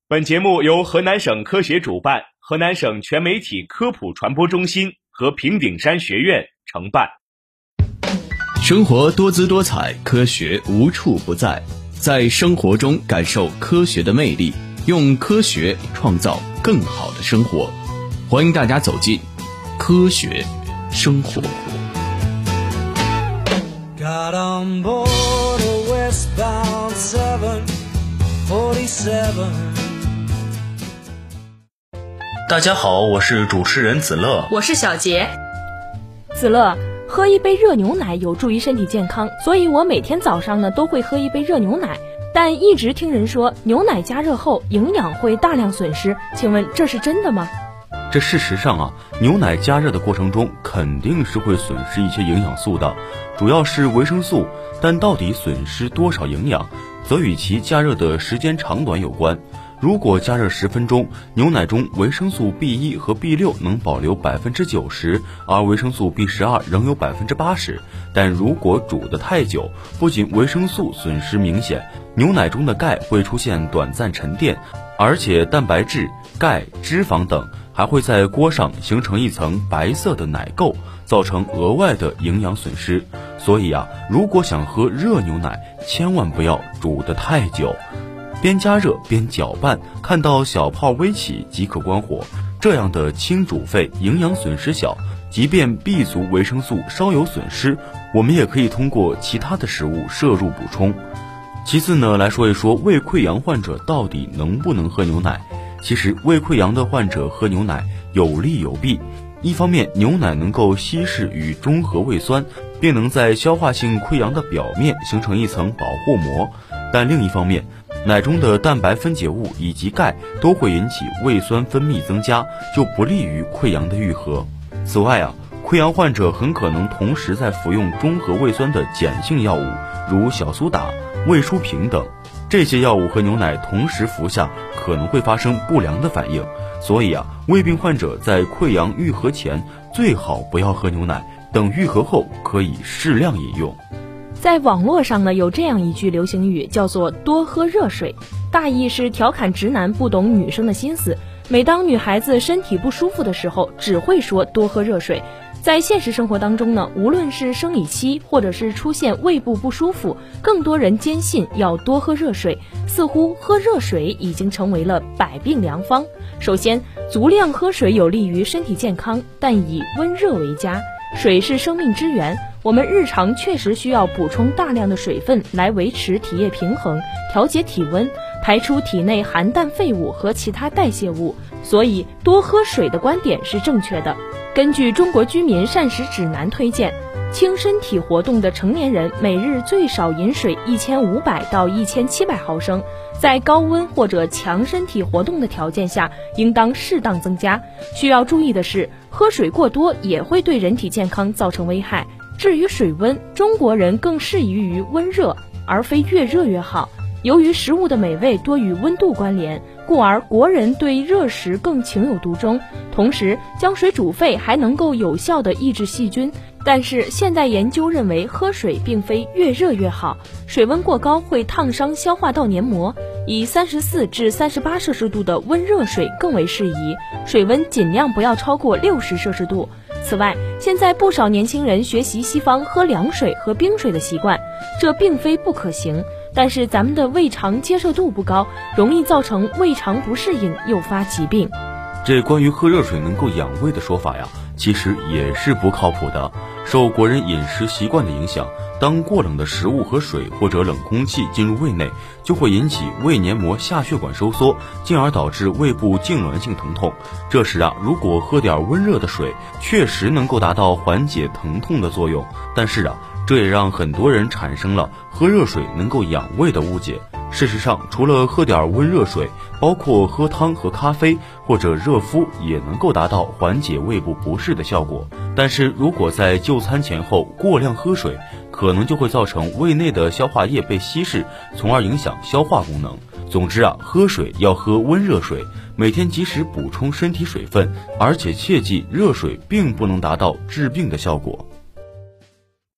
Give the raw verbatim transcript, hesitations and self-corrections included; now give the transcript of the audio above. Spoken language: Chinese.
本节目由河南省科协主办，河南省全媒体科普传播中心和平顶山学院承办。 生活多姿多彩，科学无处不在，在生活中感受科学的魅力，用科学创造更好的生活。欢迎大家走进科学生活。Got on board a westbound seven forty-seven。 大家好，我是主持人子乐， 我是小杰。 子乐，喝一杯热牛奶有助于身体健康，所以我每天早上呢都会喝一杯热牛奶。但一直听人说牛奶加热后营养会大量损失，请问这是真的吗？ 这事实上啊，牛奶加热的过程中肯定是会损失一些营养素的，主要是维生素，但到底损失多少营养，则与其加热的时间长短有关。如果加热十分钟，牛奶中维生素 B 一 和 B 六 能保留 百分之九十， 而维生素 B 十二 仍有 百分之八十。 但如果煮得太久，不仅维生素损失明显，牛奶中的钙会出现短暂沉淀，而且蛋白质、钙、脂肪等还会在锅上形成一层白色的奶垢，造成额外的营养损失。所以啊，如果想喝热牛奶，千万不要煮得太久，边加热边搅拌，看到小泡微起即可关火。这样的轻煮沸，营养损失小，即便 B 族维生素稍有损失，我们也可以通过其他的食物摄入补充。其次呢，来说一说胃溃疡患者到底能不能喝牛奶。其实胃溃疡的患者喝牛奶有利有弊，一方面牛奶能够稀释与中和胃酸，并能在消化性溃疡的表面形成一层保护膜，但另一方面奶中的蛋白分解物以及钙都会引起胃酸分泌增加，就不利于溃疡的愈合。此外啊，溃疡患者很可能同时在服用中和胃酸的碱性药物，如小苏打、胃舒平等，这些药物和牛奶同时服下可能会发生不良的反应。所以啊，胃病患者在溃疡愈合前最好不要喝牛奶，等愈合后可以适量饮用。 在网络上呢，有这样一句流行语，叫做多喝热水，大意是调侃直男不懂女生的心思。每当女孩子身体不舒服的时候，只会说多喝热水。在现实生活当中呢，无论是生理期或者是出现胃部不舒服，更多人坚信要多喝热水，似乎喝热水已经成为了百病良方。首先，足量喝水有利于身体健康，但以温热为佳。水是生命之源，我们日常确实需要补充大量的水分来维持体液平衡，调节体温，排出体内含氮废物和其他代谢物，所以多喝水的观点是正确的。根据中国居民膳食指南推荐，轻身体活动的成年人每日最少饮水一千五百到一千七百毫升，在高温或者强身体活动的条件下，应当适当增加。需要注意的是，喝水过多也会对人体健康造成危害。至于水温，中国人更适宜于温热，而非越热越好。由于食物的美味多与温度关联，故而国人对热食更情有独钟。同时，将水煮沸还能够有效地抑制细菌。但是现代研究认为，喝水并非越热越好，水温过高会烫伤消化道黏膜，以三十四至三十八摄氏度的温热水更为适宜，水温尽量不要超过六十摄氏度。此外，现在不少年轻人学习西方喝凉水和冰水的习惯，这并非不可行，但是咱们的胃肠接受度不高，容易造成胃肠不适应，诱发疾病。 这关于喝热水能够养胃的说法呀，其实也是不靠谱的。受国人饮食习惯的影响，当过冷的食物和水或者冷空气进入胃内，就会引起胃黏膜下血管收缩，进而导致胃部痉挛性疼痛。这时啊，如果喝点温热的水，确实能够达到缓解疼痛的作用。但是啊，这也让很多人产生了喝热水能够养胃的误解。事实上，除了喝点温热水，包括喝汤和咖啡或者热敷也能够达到缓解胃部不适的效果。但是如果在就餐前后过量喝水，可能就会造成胃内的消化液被稀释，从而影响消化功能。总之啊，喝水要喝温热水，每天及时补充身体水分，而且切记热水并不能达到治病的效果。